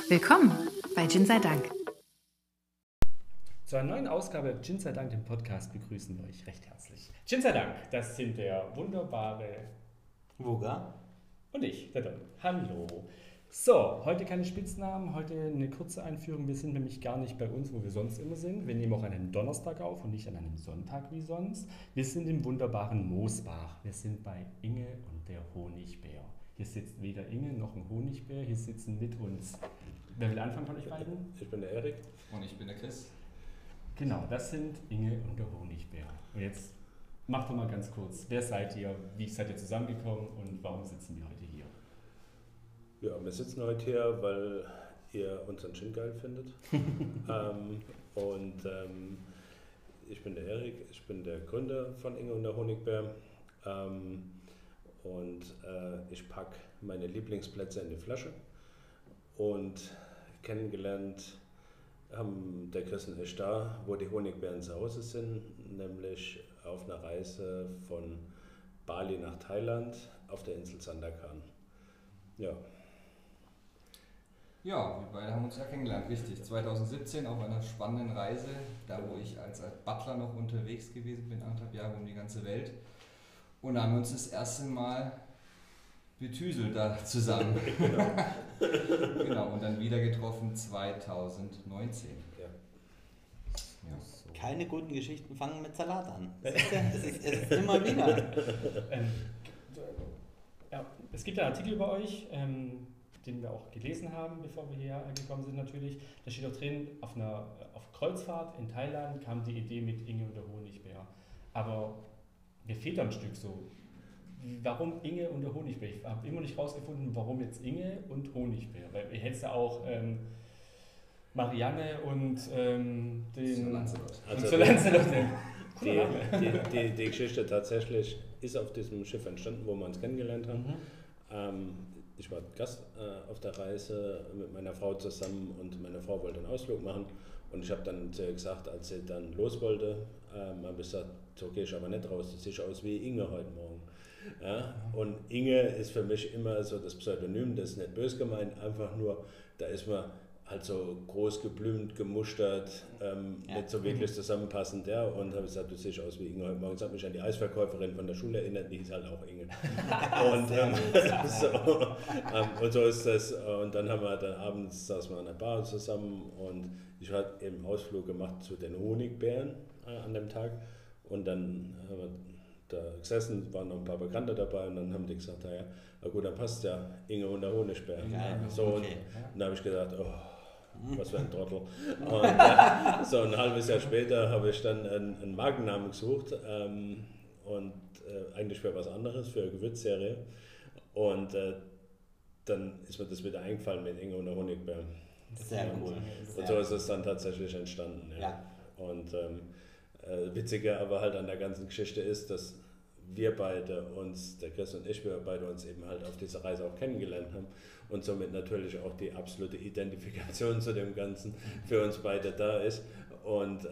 Willkommen bei Gin sei Dank. Zu einer neuen Ausgabe Gin sei Dank, dem Podcast, begrüßen wir euch recht herzlich. Gin sei Dank, das sind der wunderbare Wuga und ich, der Don. Hallo. So, heute keine Spitznamen, heute eine kurze Einführung. Wir sind nämlich gar nicht bei uns, wo wir sonst immer sind. Wir nehmen auch an einem Donnerstag auf und nicht an einem Sonntag wie sonst. Wir sind im wunderbaren Moosbach. Wir sind bei Inge und der Honigbär. Hier sitzt weder Inge noch ein Honigbär. Hier sitzen mit uns. Wer will anfangen von euch beiden? Ich bin der Erik. Und ich bin der Chris. Genau, das sind Inge und der Honigbär. Und jetzt macht doch mal ganz kurz, wer seid ihr, wie seid ihr zusammengekommen und warum sitzen wir heute hier? Ja, wir sitzen heute hier, weil ihr unseren Gin geil findet. Ich bin der Erik, ich bin der Gründer von Inge und der Honigbär. Ich packe meine Lieblingsplätze in die Flasche. Und kennengelernt haben der Chris und ich da, wo die Honigbären zu Hause sind, nämlich auf einer Reise von Bali nach Thailand auf der Insel Sandakan. Ja. Ja, wir beide haben uns ja kennengelernt, richtig. 2017 auf einer spannenden Reise, da wo ich als Butler noch unterwegs gewesen bin, 1,5 Jahre um die ganze Welt. Und da haben wir uns das erste Mal betüselt da zusammen. Genau, und dann wieder getroffen 2019. Ja. Ja, so. Keine guten Geschichten fangen mit Salat an. Es ist immer wieder. Es gibt einen Artikel über euch, den wir auch gelesen haben, bevor wir hierher gekommen sind natürlich. Da steht auch drin, auf Kreuzfahrt in Thailand kam die Idee mit Inge und der Honigbär. Aber mir fehlt da ein Stück so. Warum Inge und der Honigbär? Ich habe immer nicht rausgefunden, warum jetzt Inge und Honigbär. Weil ihr hättet ja auch Marianne und den Sir Lancelot. Also die Geschichte tatsächlich ist auf diesem Schiff entstanden, wo wir uns kennengelernt haben. Ich war Gast auf der Reise mit meiner Frau zusammen und meine Frau wollte einen Ausflug machen. Und ich habe dann zu ihr gesagt, als sie dann los wollte, habe ich gesagt, so gehe ich aber nicht raus, du siehst aus wie Inge heute Morgen. Ja? Und Inge ist für mich immer so das Pseudonym, das ist nicht böse gemeint, einfach nur, da ist man halt so groß geblümt, gemustert, nicht so wirklich zusammenpassend. Ja? Und habe gesagt, du siehst aus wie Inge heute Morgen. Das hat mich an die Eisverkäuferin von der Schule erinnert, die hieß halt auch Inge. Und so ist das. Und dann haben wir dann abends, saßen wir an der Bar zusammen und ich habe eben einen Ausflug gemacht zu den Honigbären an dem Tag. Und dann haben wir da gesessen, waren noch ein paar Bekannte dabei und dann haben die gesagt, naja, na gut, dann passt ja Inge und der Honigbär. Ja, so, okay. und dann habe ich gedacht, oh, was für ein Trottel. Und so ein halbes Jahr später habe ich dann einen Markennamen gesucht eigentlich für was anderes, für eine Gewürzserie. Und dann ist mir das wieder eingefallen mit Inge und der Honigbär. Sehr cool. Und so ist es dann tatsächlich entstanden. Ja. Und witziger aber halt an der ganzen Geschichte ist, dass wir beide uns, der Chris und ich, wir beide uns eben halt auf dieser Reise auch kennengelernt haben und somit natürlich auch die absolute Identifikation zu dem Ganzen für uns beide da ist. Und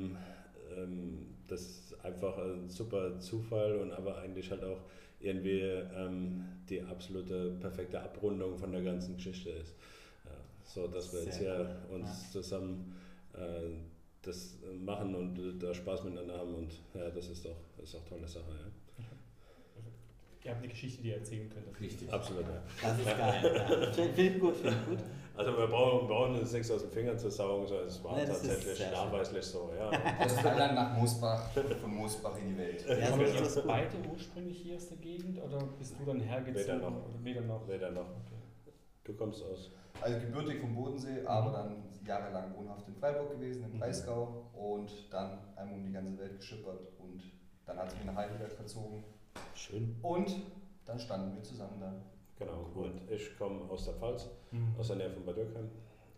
das ist einfach ein super Zufall und aber eigentlich halt auch irgendwie die absolute perfekte Abrundung von der ganzen Geschichte ist. Ja, so dass wir jetzt hier uns zusammen das machen und da Spaß miteinander haben und ja, das ist doch eine tolle Sache. Ja. Ihr habt eine Geschichte, die ihr erzählen könnt. Richtig. Absolut, ja. Das ist geil. Ja. Finde ich gut. Also wir brauchen das nichts aus den Fingern zu saugen, sondern es war Ja, das ist tatsächlich sehr nachweislich so. Ja. Aus Thailand nach Moosbach, von Moosbach in die Welt. Ja, Kommt so ihr ist es. beide ursprünglich hier aus der Gegend oder bist du dann hergezogen? Weder noch. Oder weder noch. Weder noch. Okay. Du kommst aus. Also gebürtig vom Bodensee, aber dann jahrelang wohnhaft in Freiburg gewesen, im Breisgau und dann einmal um die ganze Welt geschippert und dann hat es mich nach Heidelberg verzogen. Schön. Und dann standen wir zusammen da. Genau. Und ich komme aus der Pfalz, aus der Nähe von Bad Dürkheim.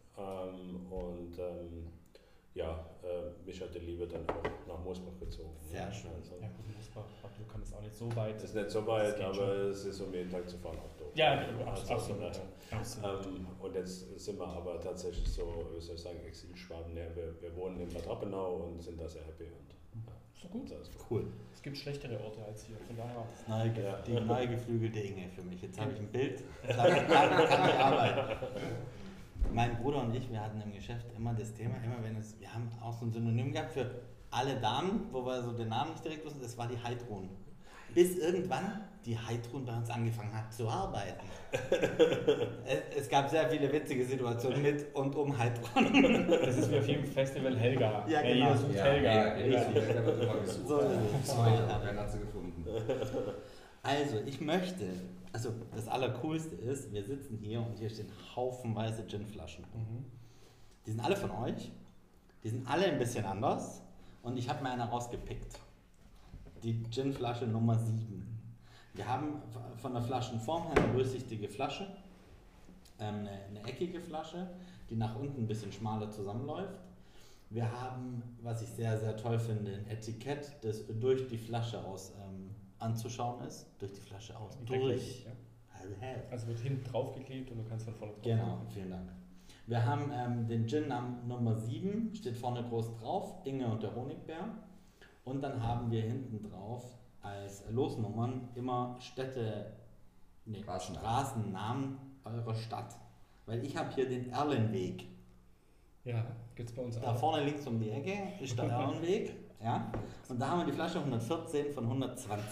Mich hat die Liebe dann auch nach Moosbach gezogen. Sehr schön. Also, Ja gut, Moosbach, aber du kannst auch nicht so weit. es ist nicht so weit, geht aber schon. es ist um jeden Tag zu fahren auch doof. Ja, Also, absolut. Absolut. Und jetzt sind wir aber tatsächlich so, wie soll ich sagen, Exilschwaben. Ja, wir wohnen in Bad Rappenau und sind da sehr happy. Und, ja, So gut. also, Cool. Es gibt schlechtere Orte als hier, von daher. Die neu geflügelte Inge für mich. Jetzt habe ich ein Bild, damit kann ich arbeiten. Mein Bruder und ich, wir hatten im Geschäft immer das Thema, wir haben auch so ein Synonym gehabt für alle Damen, wo wir so den Namen nicht direkt wussten, das war die Heidrun. Bis irgendwann die Heidrun bei uns angefangen hat zu arbeiten. Es gab sehr viele witzige Situationen mit und um Heidrun. Das ist wie auf jedem Festival Helga. Ja, genau. Jeder sucht Helga. Ja, richtig. Da wird immer gesucht. So ist es. Bis heute, aber keiner hat sie gefunden. Also, das Allercoolste ist, wir sitzen hier und hier stehen haufenweise Ginflaschen. Die sind alle von euch, die sind alle ein bisschen anders und ich habe mir eine rausgepickt. Die Ginflasche Nummer 7. Wir haben von der Flaschenform her eine durchsichtige Flasche, eine eckige Flasche, die nach unten ein bisschen schmaler zusammenläuft. Wir haben, was ich sehr, sehr toll finde, ein Etikett, das durch die Flasche aus anzuschauen ist. Durch die Flasche aus. Durch. Ja. Also wird hinten draufgeklebt und du kannst von vorne drauf. Genau, vielen Dank. Wir haben den Gin Nummer 7, steht vorne groß drauf, Inge und der Honigbär. Und dann haben wir hinten drauf als Losnummern immer Straßennamen eurer Stadt. Weil ich habe hier den Erlenweg. Ja, gibt's bei uns auch. Da vorne links um die Ecke ist der Erlenweg. Ja? Und da haben wir die Flasche 114 von 120.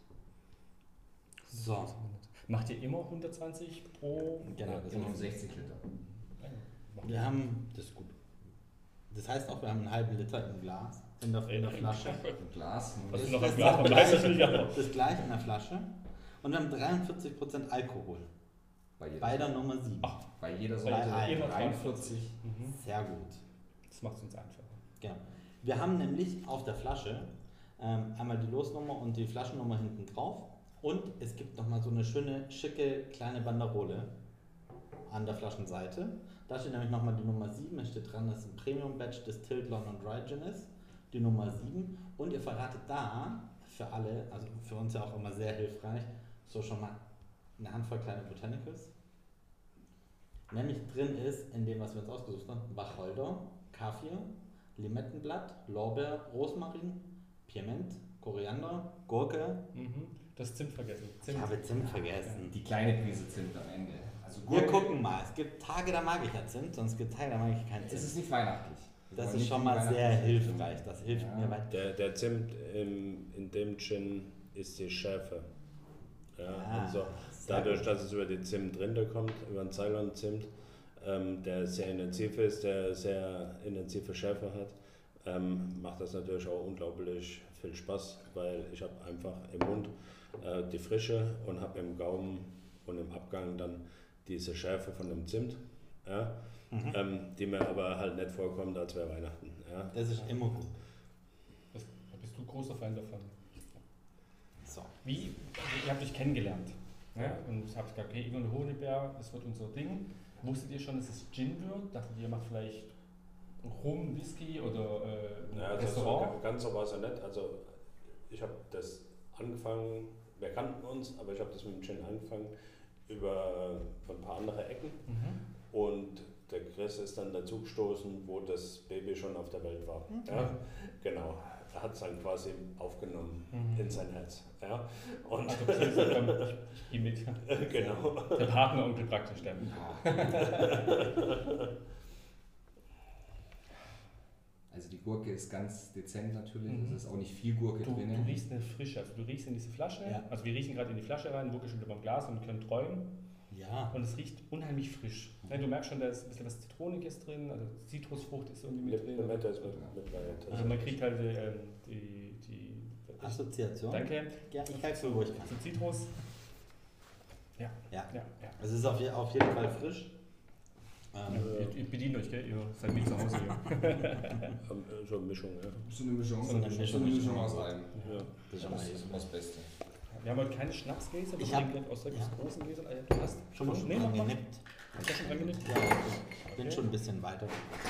So. Macht ihr immer 120 pro? Genau, das Immer um ist 60 Liter. Wir haben, das ist gut. Das heißt auch, wir haben einen halben Liter im Glas, in der Flasche. Ein Glas. Was Das ist noch ist ein Glas? das Man weiß es nicht, aber. Das gleiche in der Flasche. Und wir haben 43% Alkohol. Bei der Nummer 7. Ach, bei jeder Bei Sorte allen. 43. Sehr gut. Das macht es uns einfacher. Genau. Wir haben nämlich auf der Flasche einmal die Losnummer und die Flaschennummer hinten drauf. Und es gibt nochmal so eine schöne, schicke kleine Banderole an der Flaschenseite. Da steht nämlich nochmal die Nummer 7. Es steht dran, dass es ein Premium-Badge Distilled London Dry Gin ist. Die Nummer 7. Und ihr verratet da für alle, also für uns ja auch immer sehr hilfreich, so schon mal eine Handvoll kleine Botanicals. Nämlich drin ist, in dem, was wir uns ausgesucht haben, Wacholder, Kaffir, Limettenblatt, Lorbeer, Rosmarin, Piment, Koriander, Gurke. Das Zimt vergessen. Ich habe Zimt vergessen. Die kleine Prise Zimt am Ende. Also Wir gucken mal. Es gibt Tage, da mag ich ja Zimt, sonst gibt es Tage, da mag ich keinen Es Zimt. ist nicht weihnachtlich. Wir Das wollen ist nicht schon die mal sehr weihnachtliche hilfreich. Das hilft Ja. mir weiter. Der Zimt in dem Gin ist die Schärfe. Ja, also dadurch, dass es über die Zimtrinde kommt, über den Ceylon-Zimt, der sehr intensiv ist, der sehr intensive Schärfe hat, macht das natürlich auch unglaublich viel Spaß, weil ich habe einfach im Mund die Frische und habe im Gaumen und im Abgang dann diese Schärfe von dem Zimt, ja, die mir aber halt nicht vorkommt, als wäre Weihnachten. Ja. Das ist immer gut. Da bist du großer Fan davon. So. Wie? Also ihr habt euch kennengelernt. Ja? Und habt gesagt, okay, Inge und Honigberg, das wird unser Ding. Wusstet ihr schon, dass es Gin wird? Dachtet ihr, macht vielleicht Rum, Whisky oder ein Ja, Restaurant? so ganz so war es ja nicht. Also ich habe das angefangen, wir kannten uns, aber ich habe das mit dem Gin angefangen über von ein paar andere Ecken. Und der Chris ist dann dazu gestoßen, wo das Baby schon auf der Welt war. Ja, genau. Er hat es dann quasi aufgenommen in sein Herz. Ja. Und Also okay, so, ich gehe mit. genau. Der Partneronkel praktisch dann. Also die Gurke ist ganz dezent natürlich, es ist auch nicht viel Gurke Du drin. riechst eine Frische, also du riechst in diese Flasche, Ja. also wir riechen gerade in die Flasche rein, wirklich schon über dem Glas und können träumen Ja. und es riecht unheimlich frisch. Ja, du merkst schon, da ist ein bisschen was Zitroniges drin, also Zitrusfrucht ist irgendwie mit drin. Limette ist mit Variante. Also man kriegt halt die Assoziation. danke, Ja, ich helfe so, wo ich kann. zu Zitrus. Ja. Ja. Ja. Es ist auf jeden Fall frisch. Ihr bedient euch, gell? Ihr seid wie zu Hause hier. So eine Mischung, ja. So eine Mischung, So eine Mischung aus allem. Ja. Das ist schon mal Das ist immer das Beste. Wir haben heute keine Schnapsgläser, wir Ich hab- trinken aus solchen ja. großen Gläsern. Du hast Schon mal Nee, mach mal. angenippt. Hast du schon angenippt? Ja, ich bin schon ein bisschen weiter.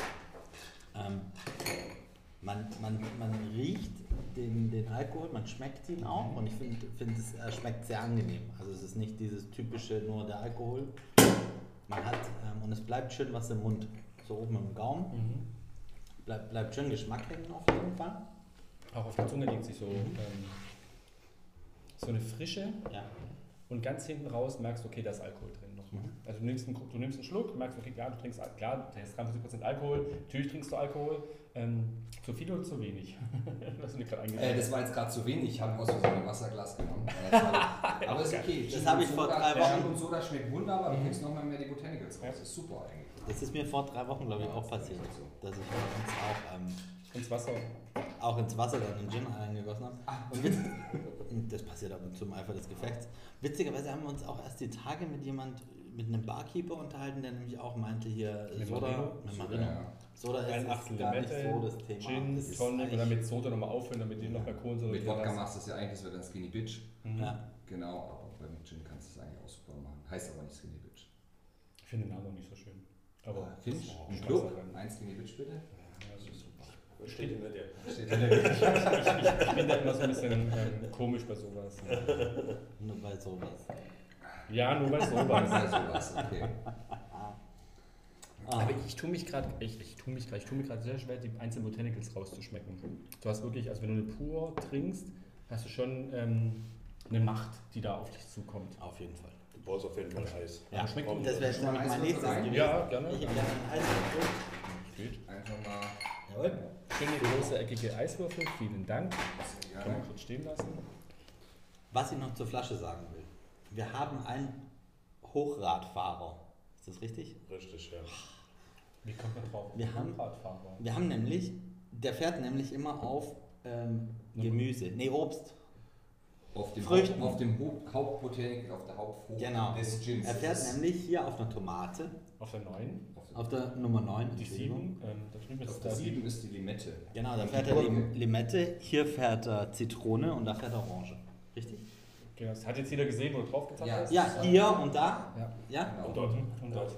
Man riecht den Alkohol, man schmeckt ihn auch und ich finde es schmeckt sehr angenehm. Also es ist nicht dieses typische nur der Alkohol. Man hat, und es bleibt schön was im Mund, so oben im Gaumen. Bleibt schön Geschmack hängen auf jeden Fall. Auch auf der Zunge liegt sich so, so eine Frische Ja. und ganz hinten raus merkst du, okay, da ist Alkohol drin noch. Also du nimmst einen Schluck, merkst, okay, klar, du trinkst, klar, da ist 43% Alkohol, natürlich trinkst du Alkohol, zu viel oder zu wenig? Was du dir gerade eingeschrieben Das war jetzt gerade zu wenig, ich habe aus Versehen ein Wasserglas genommen. Aber ist okay. Das habe ich vor 3 Wochen. Gin und Soda schmeckt wunderbar, du kriegst nochmal mehr die Botanicals raus. Das ist super eigentlich. Das ist mir vor 3 Wochen, glaube ich, auch passiert, dass ich uns ins Wasser. auch ins Wasser dann einen Gin eingegossen habe. Und das passiert ab und zu im Eifer des Gefechts. Witzigerweise haben wir uns auch erst die Tage mit einem Barkeeper unterhalten, der nämlich auch meinte hier Mit Soda, Marino? mit Marino. Ja. Soda Ein ist Achtel gar nicht Limette, so das Thema. Gin, Das ist Tonic und dann eigentlich- mit Soda nochmal auffüllen, damit die noch mehr Kohlensäure Mit drin Wodka hast. machst du es ja eigentlich, das wird dann Skinny Bitch. Ja. Genau, aber beim Gin kannst du es eigentlich auch super machen. Heißt aber nicht Skinny Bitch. Ich finde den Namen auch nicht so schön. Aber Findest das du? ist Ein Club? Geschmackssache. Ein Skinny Bitch bitte? Ja, das ist super. Steht hinter dir. Steht in der Ich bin da immer so ein bisschen komisch bei sowas. Nur bei sowas. Ja, nur bei Das sowas. ist ja sowas, okay. Aber ich tue mich gerade sehr schwer, die einzelnen Botanicals rauszuschmecken. Du hast wirklich, also wenn du eine pur trinkst, hast du schon eine Macht, die da auf dich zukommt. Auf jeden Fall. Du brauchst auf jeden Fall Eis. Ja, schmeckt Komm, das wäre jetzt nämlich mein nächstes gewesen. Ja, gerne. Ich habe gerne ein Eis geholt. Einfach mal. Jawohl. Schöne große eckige Eiswürfel, vielen Dank. Ja, Kann man kurz stehen lassen. Was ich noch zur Flasche sagen will. Wir haben einen Hochradfahrer. Ist das richtig? Richtig, ja. Wie kommt man drauf? Wir haben- Radfahrer. Wir haben nämlich, der fährt nämlich immer auf Gemüse, Obst. Auf dem, Früchten. auf dem Hauptbotanik, auf der Hauptfrucht Genau. des Gins. Er fährt Das ist- nämlich hier auf einer Tomate, Auf der 9, auf der Nummer 9. die 7, da drüben ist Auf da der die 7 ist die Limette. Genau, da Und fährt die er Gurke. Limette, hier fährt er Zitrone und da fährt er Orange. Richtig? Genau, das hat jetzt jeder gesehen, wo du drauf gezapft Ja. hast? Ja, hier und da. Ja. Ja? Genau. Und dort. Und dort.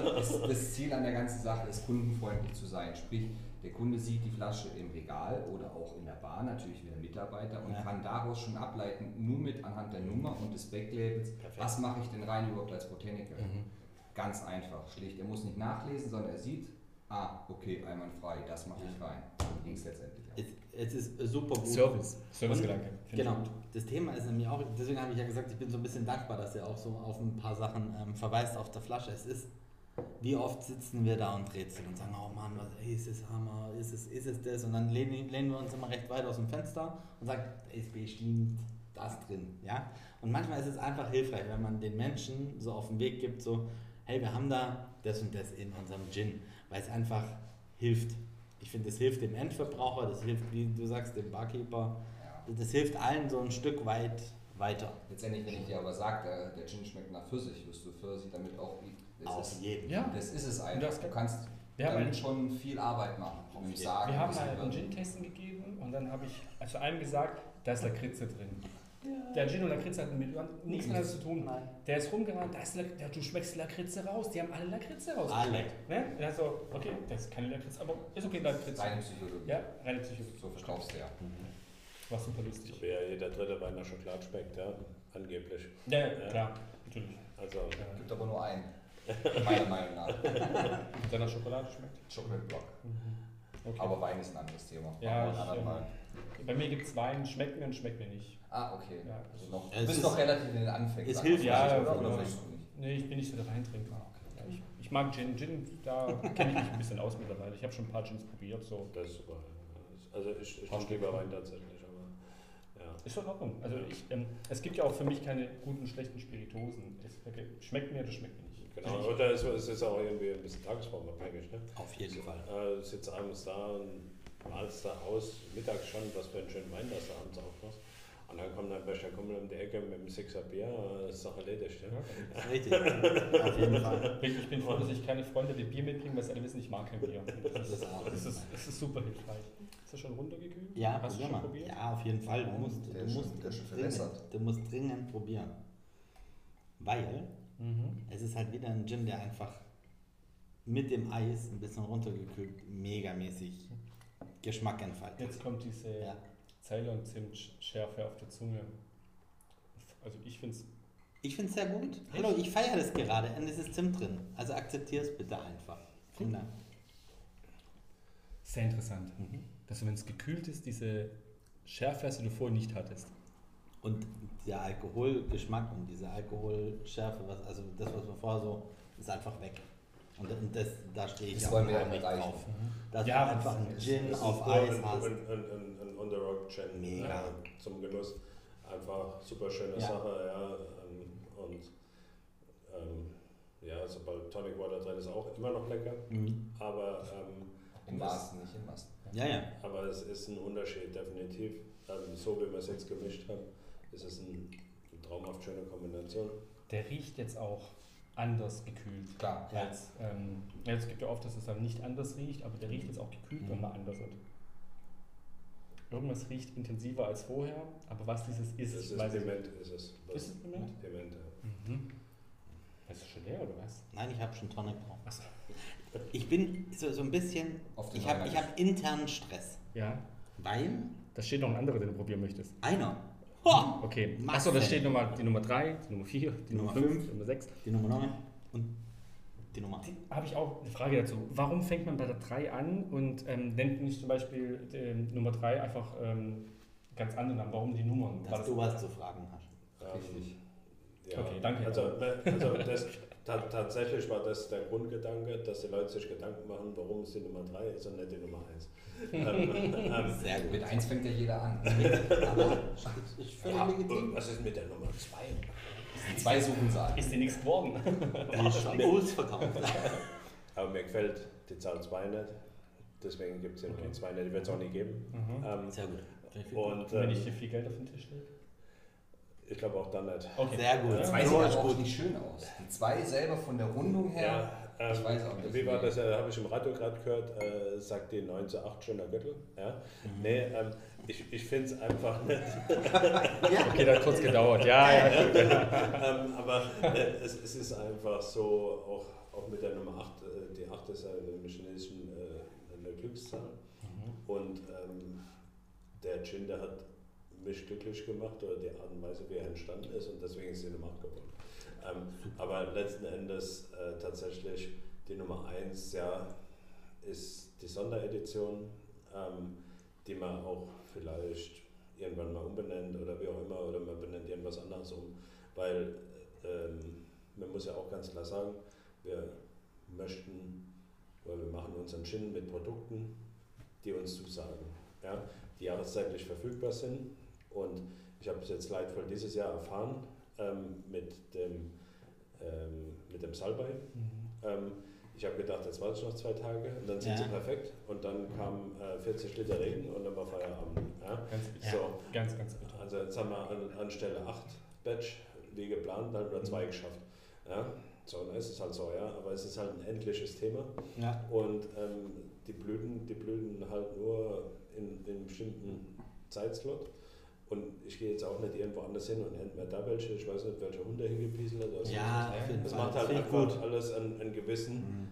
Das Ziel an der ganzen Sache ist, kundenfreundlich zu sein. Sprich, der Kunde sieht die Flasche im Regal oder auch in der Bar, natürlich wieder Mitarbeiter, und Ja. kann daraus schon ableiten, nur mit anhand der Nummer und des Backlabels, was mache ich denn rein überhaupt als Botaniker. Ganz einfach, schlicht. Er muss nicht nachlesen, sondern er sieht, okay, einwandfrei, das mache ich rein. Darum ging es letztendlich auch. Es ist super gut. Servicegedanke. Finde ich Genau. gut. Das Thema ist nämlich auch, deswegen habe ich ja gesagt, ich bin so ein bisschen dankbar, dass er auch so auf ein paar Sachen verweist auf der Flasche. Es ist, wie oft sitzen wir da und rätseln und sagen, oh Mann, ist es Hammer, ist es das? Und dann lehnen wir uns immer recht weit aus dem Fenster und sagen, da ist bestimmt das drin. Ja? Und manchmal ist es einfach hilfreich, wenn man den Menschen so auf den Weg gibt, so, hey, wir haben da das und das in unserem Gin, weil es einfach hilft. Ich finde, das hilft dem Endverbraucher, das hilft, wie du sagst, dem Barkeeper. Ja. Das hilft allen so ein Stück weit weiter. Letztendlich, wenn ich dir aber sage, der Gin schmeckt nach Pfirsich, wirst du Pfirsich damit auch Auf jeden Ja. Das ist es Und einfach. das- Du kannst Wir haben damit einen- schon viel Arbeit machen. Auf Im jeden- Sagen, Wir haben bis mal über- einen Gin-Testen gegeben und dann habe ich zu einem gesagt, da ist Lakritze drin. Der Gin und Lakritze hatten mit nichts mehr zu tun. Nein. Der ist rumgerannt, du schmeckst Lakritze raus. Die haben alle Lakritze raus. Alle. Ne? Und dann so, okay, das ist keine Lakritze, aber ist okay, Lakritze. Reine Psychologie. Ja, reine Psychologie. So verkaufst du ja. War super lustig. So wie ja jeder dritte Wein nach Schokolade schmeckt, ja. Angeblich. Ja, klar, natürlich. Also, Ja. Gibt aber nur einen. Meiner Meinung nach. Und dann nach Schokolade schmeckt. Chocolate Block. Okay. Aber Wein ist ein anderes Thema. Ja, Machen wir ein andermal. bei mir gibt es Wein, schmeckt mir und schmeckt mir nicht. Okay. Ja. Also noch, Es du bist ist- noch relativ in den Anfängen. es sag hilft mal. ja, oder? genau. Oder willst du nicht? Nee, ich bin nicht so der Weintrinker. Ja, ich mag Gin. Gin, da kenne ich mich ein bisschen aus mittlerweile. Ich habe schon ein paar Gins probiert. So. das ist super. Also, ich trinke lieber Wein tatsächlich, aber ja. Ist schon in Ordnung. Also es gibt ja auch für mich keine guten, schlechten Spiritosen. Es schmeckt mir oder schmeckt mir nicht. Genau, oder es ist auch irgendwie ein bisschen tagesformabhängig. Ne? Auf jeden Fall. Du sitzt abends da und malst da aus, mittags schon, was für einen schönen Wein das da abends aufmachst. Und dann kommt ein bester Kumpel um die Ecke mit einem Sixer Bier, das ist doch erledigt. Ja? Das ist richtig. Auf jeden Fall. Ich bin froh, dass ich keine Freunde, die Bier mitbringen, weil sie alle wissen, ich mag kein Bier. Das ist auch Das ist super hilfreich. Ist das schon runtergekühlt? Ja, Hast du probier schon mal. probiert? Ja, auf jeden Fall. Der ist schon verbessert. Du musst dringend probieren. Weil es ist halt wieder ein Gin, der einfach mit dem Eis ein bisschen runtergekühlt megamäßig Geschmack entfaltet. Jetzt kommt diese Ja. Ceylon-Zimt-Schärfe auf der Zunge. Also ich finde es. Ich finde es sehr gut. Hallo, ich feiere das gerade und es ist Zimt drin. Also akzeptier es bitte einfach. Vielen Dank. Sehr interessant, dass du, wenn es gekühlt ist, diese Schärfe hast, die du vorher nicht hattest. Und der Alkoholgeschmack und diese Alkoholschärfe, also das, was wir vorher so, ist einfach weg. Und da stehe ich Das auch wollen wir unheimlich erreichen. drauf. Dass Ja, du einfach einen Gin Das auf ist Eis hast. ein On the Rock Gin Mega. zum Genuss. Einfach super schöne Ja. Sache, ja. Ja, sobald Tonic Water drin ist, auch immer noch lecker. Aber, Im Maßen, nicht im Maßen. Ja. aber es ist ein Unterschied, definitiv. So wie wir es jetzt gemischt haben, ist es eine traumhaft schöne Kombination. Der riecht jetzt auch anders gekühlt. Klar. Ja. Es gibt ja oft, dass es dann nicht anders riecht, aber der riecht jetzt auch gekühlt nochmal anders. Und irgendwas riecht intensiver als vorher, aber was dieses ist, Das ist weiß ich Piment, ist es. Ist es Piment? Piment, ja. Mhm. Ist es schon leer oder was? Nein, ich habe schon Tonic drauf. Achso. Ich bin so ein bisschen, Auf den ich habe Neuland. internen Stress. Ja, Weil da steht noch ein anderer, den du probieren möchtest. einer, Okay. Masse. Achso, da steht die Nummer 3, die Nummer 4, die Nummer Nummer 5, fünf. die Nummer 6. die Nummer 9 und die Nummer 1. Habe ich auch eine Frage dazu. Warum fängt man bei der 3 an und nennt nicht zum Beispiel Nummer 3 einfach ganz andere Namen? Warum die Nummern? War Dass du was zu fragen hast. Richtig. Ja, Okay, danke. Also tatsächlich war das der Grundgedanke, dass die Leute sich Gedanken machen, warum es die Nummer 3 ist und nicht die Nummer 1. Sehr gut. Mit 1 fängt ja jeder an. Aber ist völlig legitim. Was ist mit der Nummer 2? Die 2 suchen sie an. Ist dir nichts geworden? Ausverkauft. Aber mir gefällt die Zahl 2 nicht, deswegen gibt es ja nur 2 nicht, die wird es auch nicht geben. Sehr gut. Und Wenn ich dir viel Geld auf den Tisch lege? ich glaube auch dann nicht. Okay. Sehr gut. Ja. 2 So sieht ist aber auch gut. nicht schön aus. Die 2 selber von der Rundung her, ich weiß auch nicht. Wie war das? Habe ich im Radio gerade gehört, sagt die 9 zu 8 schöner Gürtel. Ja? Nee, ich finde es einfach nicht. Okay, das hat kurz gedauert. Ja. Aber es ist einfach so, auch mit der Nummer 8, die 8 ist ja im Chinesischen eine Glückszahl. Und der Gin, der hat mich glücklich gemacht, oder die Art und Weise, wie er entstanden ist, und deswegen ist die Nummer 8 geworden. Aber letzten Endes tatsächlich die Nummer 1, ja, ist die Sonderedition, die man auch vielleicht irgendwann mal umbenennt oder wie auch immer, oder man benennt irgendwas anderes um, weil man muss ja auch ganz klar sagen, wir möchten, oder wir machen unseren Gin mit Produkten, die uns zusagen, ja, die jahreszeitlich verfügbar sind, und ich habe es jetzt leidvoll dieses Jahr erfahren mit dem Salbei. Ich habe gedacht, jetzt warte ich noch 2 Tage und dann sind sie perfekt, und dann kam 40 Liter Regen und dann war Feierabend. Ja? Ganz bitter. So, Ganz bitter. also jetzt haben wir an Stelle 8 Batch, wie geplant, halt nur 2 geschafft. Ja? So, dann ist es halt so, ja, aber es ist halt ein endliches Thema, Ja. und die blühen halt nur in einem bestimmten Zeitslot. Und ich gehe jetzt auch nicht irgendwo anders hin und ernte mir da welche, ich weiß nicht, welche Hunde hingepieselt oder so. Ja, auf jeden Das Fall. macht halt Finde ich einfach gut. alles einen gewissen.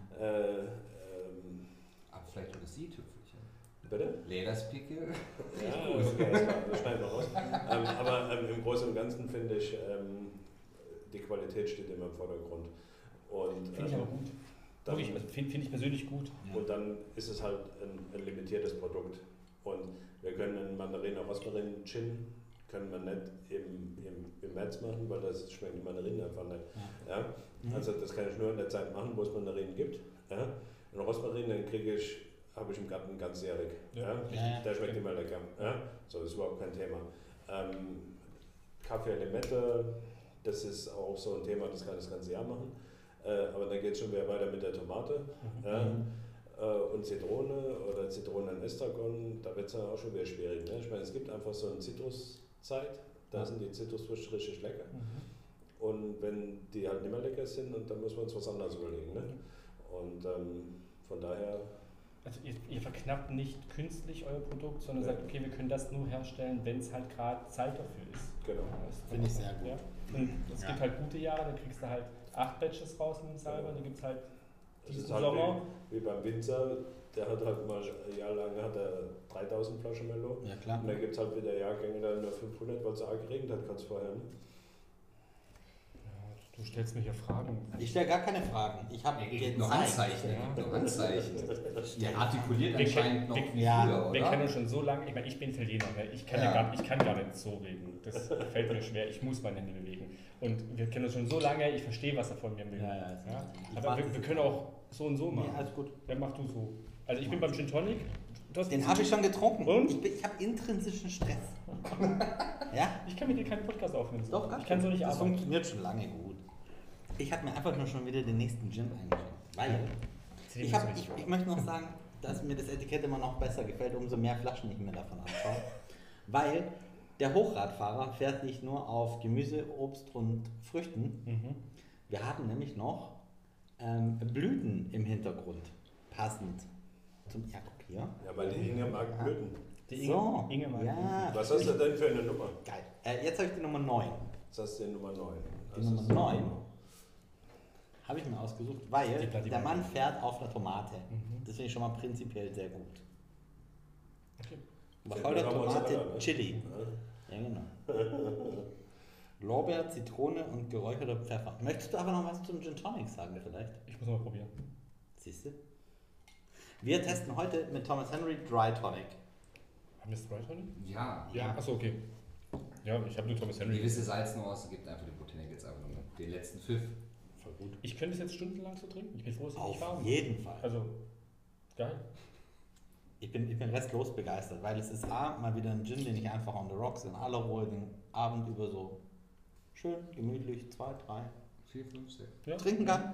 Aber vielleicht auch das i-Tüpfelchen. Bitte? Lederspickel. Ja, okay, das schneiden wir raus. Aber im Großen und Ganzen finde ich, die Qualität steht immer im Vordergrund. Und, Finde ich aber gut. dann, Finde ich persönlich gut. und dann ist es halt ein limitiertes Produkt. Und wir können einen Mandarinen-Rosmarin-Gin können wir nicht im März machen, weil das schmecken die Mandarinen einfach nicht. Ja? Also das kann ich nur in der Zeit machen, wo es Mandarinen gibt. Ja? Und Rosmarin, den habe ich im Garten ganzjährig. Ja. Ja? Der schmeckt immer lecker. Ja? So, das ist überhaupt kein Thema. Kaffee Limette, das ist auch so ein Thema, das kann ich das ganze Jahr machen. Aber dann geht es schon wieder weiter mit der Tomate. Ja? Und Zitrone oder Zitronen-Estragon, da wird es dann auch schon wieder schwierig. Ne? Ich meine, es gibt einfach so eine Zitruszeit, da sind die Zitrusfrüchte richtig lecker. Und wenn die halt nicht mehr lecker sind, und dann müssen wir uns was anderes überlegen. Ne? Und von daher. Also ihr verknappt nicht künstlich euer Produkt, sondern sagt, okay, wir können das nur herstellen, wenn es halt gerade Zeit dafür ist. Genau. Finde ich sehr gut. Ja. Und es gibt halt gute Jahre, da kriegst du halt 8 Batches raus mit dem Salbei, da gibt es halt Das diesen ist halt Sommer. wie beim Winzer, der hat halt mal ein Jahr lang hat er 3000 Flaschen Merlot. Ja, klar. Und dann gibt es halt wieder Jahrgänge, dann nur 500, weil es arg geregnet hat kurz vorher. Ne? Ja, das Du stellst mir hier Fragen. Ich stelle gar keine Fragen. Ich habe Noch Handzeichen. Noch Handzeichen. Der artikuliert anscheinend noch wie früher, oder? Wir kennen uns schon so lange. Ich meine, ich bin Italiener. Ne? Ich kann gar nicht so reden. Das fällt mir schwer. Ich muss meine Hände bewegen. Und wir kennen uns schon so lange. Ich verstehe, was er von mir will. Aber wir können auch so und so machen. Nee, alles gut. Dann mach du so. Also ich bin beim Gin Tonic. Den habe ich schon getrunken. Und? Ich habe intrinsischen Stress. Ja? Ich kann mit dir keinen Podcast aufnehmen. Doch, gar ich kann so nicht Das arbeiten. funktioniert schon lange gut. Ich habe mir einfach nur schon wieder den nächsten Gin eingeschenkt. Weil ich möchte noch sagen, dass mir das Etikett immer noch besser gefällt, umso mehr Flaschen ich mir davon anschaue. Weil der Hochradfahrer fährt nicht nur auf Gemüse, Obst und Früchten. Wir haben nämlich noch Blüten im Hintergrund. Passend zum hier. Ja, weil die Inge mag Blüten. Die So, Inge mag ja. Was hast du denn für eine Nummer? Geil. Jetzt habe ich die Nummer 9. Was hast du denn Nummer 9? Die Nummer 9 habe ich mir ausgesucht, weil der Mann fährt auf einer Tomate. Das finde ich schon mal prinzipiell sehr gut. Okay. Wacholder, Tomate, Chili. Ja, genau. Lorbeer, Zitrone und geräucherter Pfeffer. Möchtest du aber noch was zum Gin Tonic sagen vielleicht? Ich muss mal probieren. Siehst du? Wir testen heute mit Thomas Henry Dry Tonic. Haben wir das Dry Tonic? Ja. Achso, okay. Ja, ich habe nur Thomas Eine Henry. gewisse Salznuance gibt einfach den Botanicals einfach nur den letzten Pfiff. Voll gut. Ich könnte es jetzt stundenlang so trinken. Ich bin froh, dass ich nicht Auf warm. jeden Fall. Also, geil. Ich bin restlos begeistert, weil es ist mal wieder ein Gin, den ich einfach on the rocks in aller Ruhe den Abend über so schön, gemütlich, 2, 3 4, 5, 6. Ja. trinken kann.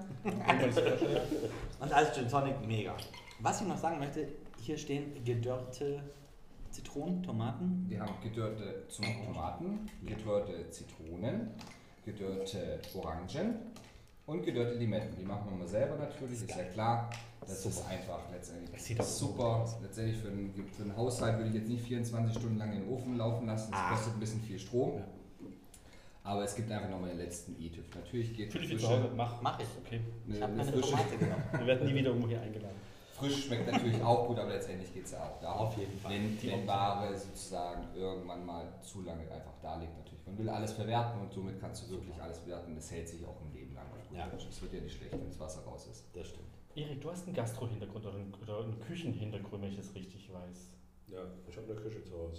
Und als Gin Tonic mega. Was ich noch sagen möchte, hier stehen gedörrte Zitronen, Tomaten. Wir haben gedörrte Tomaten, gedörrte Zitronen, gedörrte Orangen und gedörrte Limetten. Die machen wir mal selber natürlich, ist ja klar. Das ist einfach letztendlich Das sieht auch super. gut aus. Letztendlich für einen Haushalt würde ich jetzt nicht 24 Stunden lang in den Ofen laufen lassen. Das kostet ein bisschen viel Strom. Ja. Aber es gibt einfach nochmal den letzten E-TÜV. Natürlich geht Fühl dich zu Hause. Mach ich. Okay. Ich habe eine meine frische, Tomate genommen. Wir werden nie wieder irgendwo hier eingeladen. frisch schmeckt natürlich auch gut, aber letztendlich geht es ja auch darum, Auf jeden Fall. wenn Ware sozusagen irgendwann mal zu lange einfach da liegt natürlich. Man will alles verwerten und somit kannst du wirklich alles verwerten. Das hält sich auch ein Leben lang. Ja. Es wird ja nicht schlecht, wenn das Wasser raus ist. Das stimmt. Erik, du hast einen Gastro-Hintergrund oder einen Küchenhintergrund, wenn ich das richtig weiß. Ja, ich habe eine Küche zu Hause.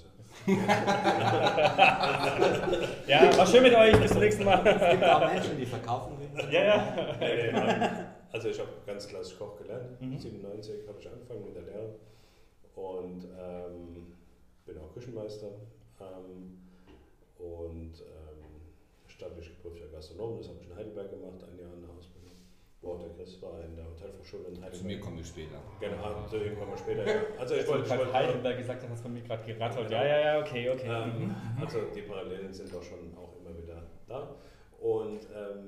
Ja, war schön mit euch, bis zum nächsten Mal. Es gibt auch Menschen, die verkaufen will. Ja. Also ich habe ganz klassisch Koch gelernt. 97 habe ich angefangen mit der Lehre und bin auch Küchenmeister und staatlich geprüfter Gastronom. Das habe ich in Heidelberg gemacht, ein Jahr in der Ausbildung. Wo auch der Chris war in der Hotelfachschule in Heidelberg. Zu mir kommen wir später. Genau, zu ihm kommen wir später. Ja. Also ich wollte Heidelberg gesagt, hast von mir gerade gerattert. Genau. Ja, okay. Also die Parallelen sind doch schon auch immer wieder da. Und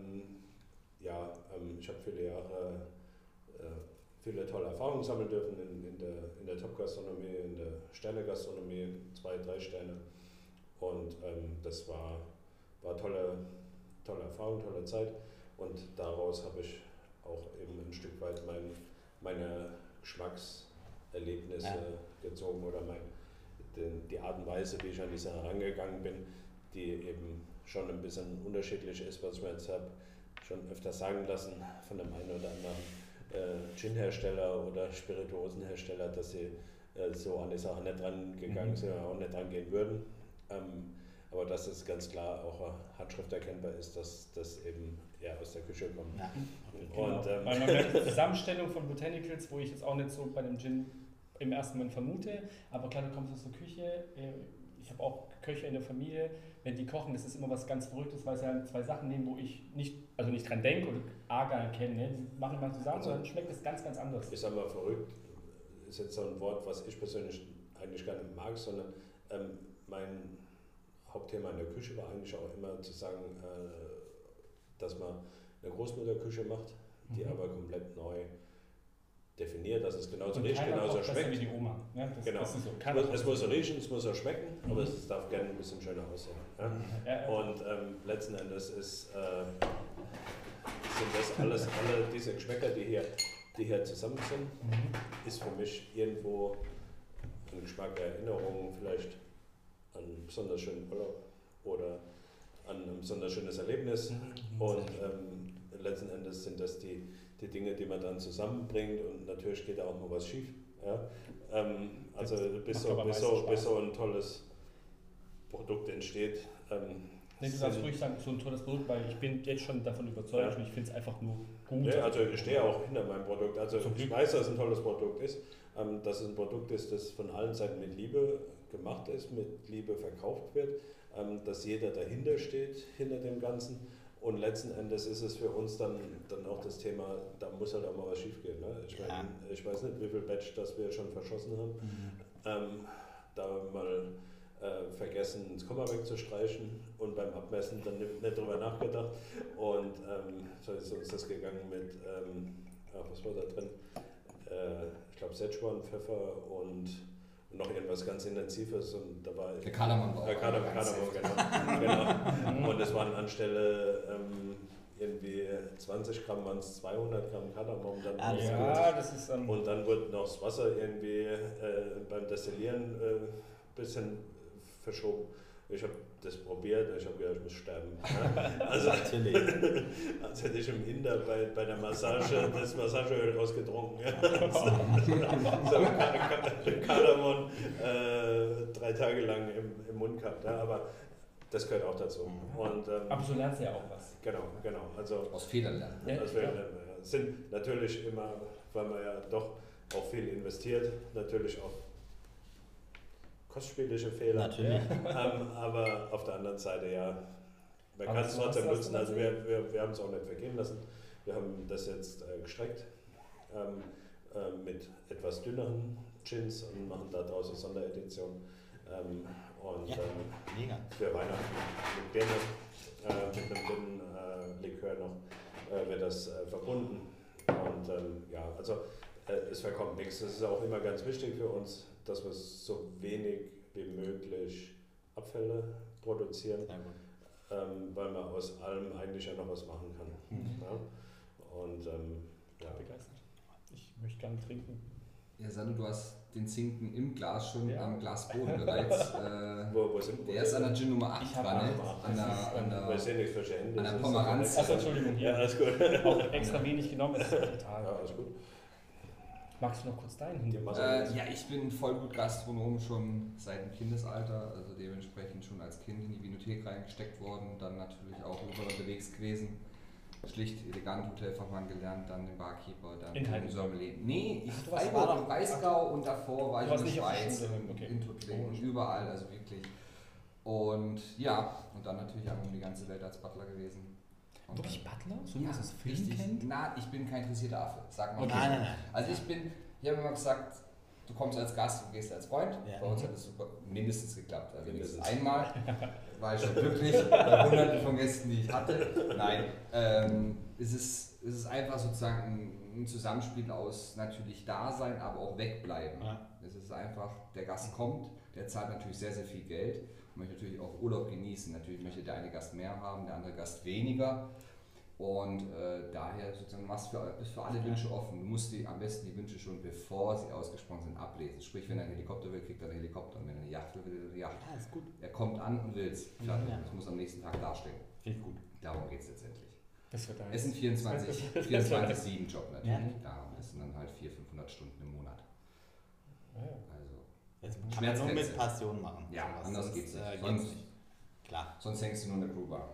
ich habe viele Jahre viele tolle Erfahrungen sammeln dürfen in der Top-Gastronomie, in der Sterne-Gastronomie, 2, 3 Sterne. Und das war tolle Erfahrung, tolle Zeit. Und daraus habe ich auch eben ein Stück weit meine Geschmackserlebnisse gezogen oder die Art und Weise, wie ich an die Sache herangegangen bin, die eben schon ein bisschen unterschiedlich ist, was ich mir jetzt habe schon öfter sagen lassen von dem einen oder anderen Gin-Hersteller oder Spirituosenhersteller, dass sie so an die Sache nicht dran gegangen sind oder auch nicht dran gehen würden. Aber dass es ganz klar auch Handschrift erkennbar ist, dass das eben eher aus der Küche kommt. Ja. Genau. Weil man merkt die Zusammenstellung von Botanicals, wo ich jetzt auch nicht so bei dem Gin im ersten Moment vermute, aber klar, du kommst aus der Küche, ich habe auch Köche in der Familie, wenn die kochen, das ist immer was ganz Verrücktes, weil sie halt 2 Sachen nehmen, wo ich nicht dran denke oder arg kenne, ne? Die machen mal zusammen, dann schmeckt es ganz, ganz anders. Ich sage mal, verrückt ist jetzt so ein Wort, was ich persönlich eigentlich gar nicht mag, sondern mein Hauptthema in der Küche war eigentlich auch immer zu sagen, dass man eine Großmutterküche macht, die aber komplett neu definiert, dass es genauso riecht, genauso schmeckt. Wie die Oma. Ja, Genau. Das ist so. Es muss so riechen, es muss so schmecken, aber es darf gerne ein bisschen schöner aussehen. Ja? Und letzten Endes sind das alle diese Geschmäcker, die hier zusammen sind, ist für mich irgendwo ein Geschmack der Erinnerung, vielleicht an einen besonders schönen Urlaub oder an ein besonders schönes Erlebnis. Und letzten Endes sind das die Dinge, die man dann zusammenbringt, und natürlich geht da auch mal was schief. Ja? Also bis so ein tolles Produkt entsteht. Nee, du darfst ruhig sagen, so ein tolles Produkt, weil ich bin jetzt schon davon überzeugt und ich finde es einfach nur gut. Ja, also ich stehe auch hinter meinem Produkt. Also ich weiß, dass es ein tolles Produkt ist, dass es ein Produkt ist, das von allen Seiten mit Liebe gemacht ist, mit Liebe verkauft wird, dass jeder dahinter steht, hinter dem Ganzen. Und letzten Endes ist es für uns dann auch das Thema, da muss halt auch mal was schief gehen. Ne? Ich weiß nicht, wie viel Batch das wir schon verschossen haben. Da mal vergessen, das Komma wegzustreichen und beim Abmessen dann nicht drüber nachgedacht. Und so ist uns das gegangen mit, was war da drin? Ich glaube Szechuan, Pfeffer und noch irgendwas ganz Intensives. Und da war der Kardamom war auch. Kardamom, genau. Und es waren anstelle irgendwie 20 Gramm, waren es 200 Gramm Kardamom. Dann das ist und dann wurde noch das Wasser irgendwie beim Destillieren ein bisschen verschoben. Ich habe das probiert und ich habe gedacht, ich muss sterben. Also, Natürlich. als hätte ich im Inder bei der Massage das Massageöl rausgetrunken. So Kardamom 3 Tage lang im Mund gehabt. Ja, aber das gehört auch dazu. Und, aber so lernst du ja auch was. Genau. Also, aus Fehlern lernen. Sind natürlich immer, weil man ja doch auch viel investiert, natürlich auch kostspielige Fehler. Natürlich. Aber auf der anderen Seite, man kann es trotzdem nutzen. Also wir haben es auch nicht vergehen lassen. Wir haben das jetzt gestreckt mit etwas dünneren Gins und machen da draußen Sonderedition. Mega. Für Weihnachten mit Birne, mit einem dünnen Likör noch, wird das verbunden. Und also es verkommt nichts. Das ist auch immer ganz wichtig für uns, dass wir so wenig wie möglich Abfälle produzieren, weil man aus allem eigentlich ja noch was machen kann. Ja? Und begeistert. Ich möchte gerne trinken. Ja, Sanu, du hast den Zinken im Glas schon am Glasboden bereits. Wo sind wir? Der ist an der Gin Nummer 8 dran, an der Pomeranz. Achso, Entschuldigung, hier. Ja, alles gut. Auch extra wenig genommen, das ist total. Ja, alles gut. Magst du noch kurz deinen Hintergrund? Ja, ich bin Vollblut-Gastronom schon seit dem Kindesalter, also dementsprechend schon als Kind in die Vinothek reingesteckt worden, dann natürlich auch überall unterwegs gewesen. Schlicht, elegant, Hotelfachmann gelernt, dann den Barkeeper, dann den Sommelier. Nee, ich war im Breisgau und davor war ich in der Schweiz, in Tuttlingen und überall, also wirklich. Und und dann natürlich auch um die ganze Welt als Butler gewesen. Und wirklich Butler? So wie man das Film richtig. kennt? Na, ich bin kein interessierter Affe, sag mal. Okay. Nein. Also ich habe immer gesagt, du kommst als Gast, du gehst als Freund. Ja. Bei uns hat es super mindestens geklappt. Also mindestens einmal war ich schon glücklich bei hunderten von Gästen, die ich hatte. Nein, es ist einfach sozusagen ein Zusammenspiel aus natürlich Dasein, aber auch wegbleiben. Ja. Es ist einfach, der Gast kommt, der zahlt natürlich sehr, sehr viel Geld und möchte natürlich auch Urlaub genießen. Natürlich möchte der eine Gast mehr haben, der andere Gast weniger. Und daher sozusagen machst du für alle Wünsche offen. Du musst am besten die Wünsche schon, bevor sie ausgesprochen sind, ablesen. Sprich, wenn er einen Helikopter will, kriegt er einen Helikopter. Und wenn er eine Yacht will, will er eine Yacht. Ja, ist gut. Er kommt an und will es. Ja. Das muss am nächsten Tag dastehen. Finde ich gut. Darum geht es letztendlich. Das wird Es ist ein 24/7-Job natürlich. Darum ist dann halt 400-500 Stunden im Monat. Also, das kann man nur mit Passion machen. Ja, sowas. anders geht es nicht. Sonst nicht. Klar. Sonst hängst du nur in der Crewbar.